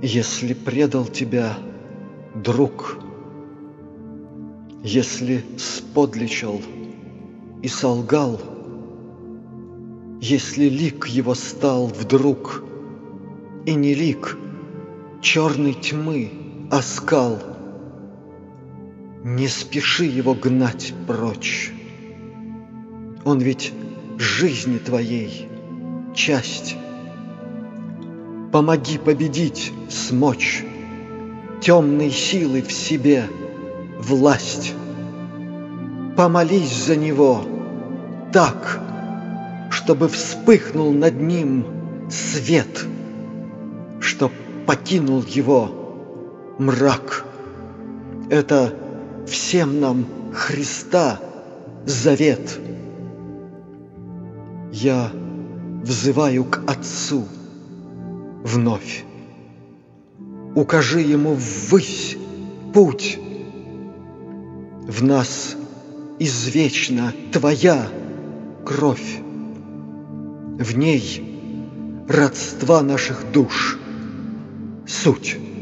Если предал тебя друг, если сподличил и солгал, если лик его стал вдруг, и не лик черной тьмы оскал, не спеши его гнать прочь. Он ведь жизни твоей часть. Помоги победить смочь темной силы в себе власть. Помолись за него так, чтобы вспыхнул над ним свет, чтоб покинул его мрак. Это всем нам Христа завет. Я взываю к Отцу вновь. Укажи ему ввысь путь. В нас извечна твоя кровь. В ней родства наших душ суть.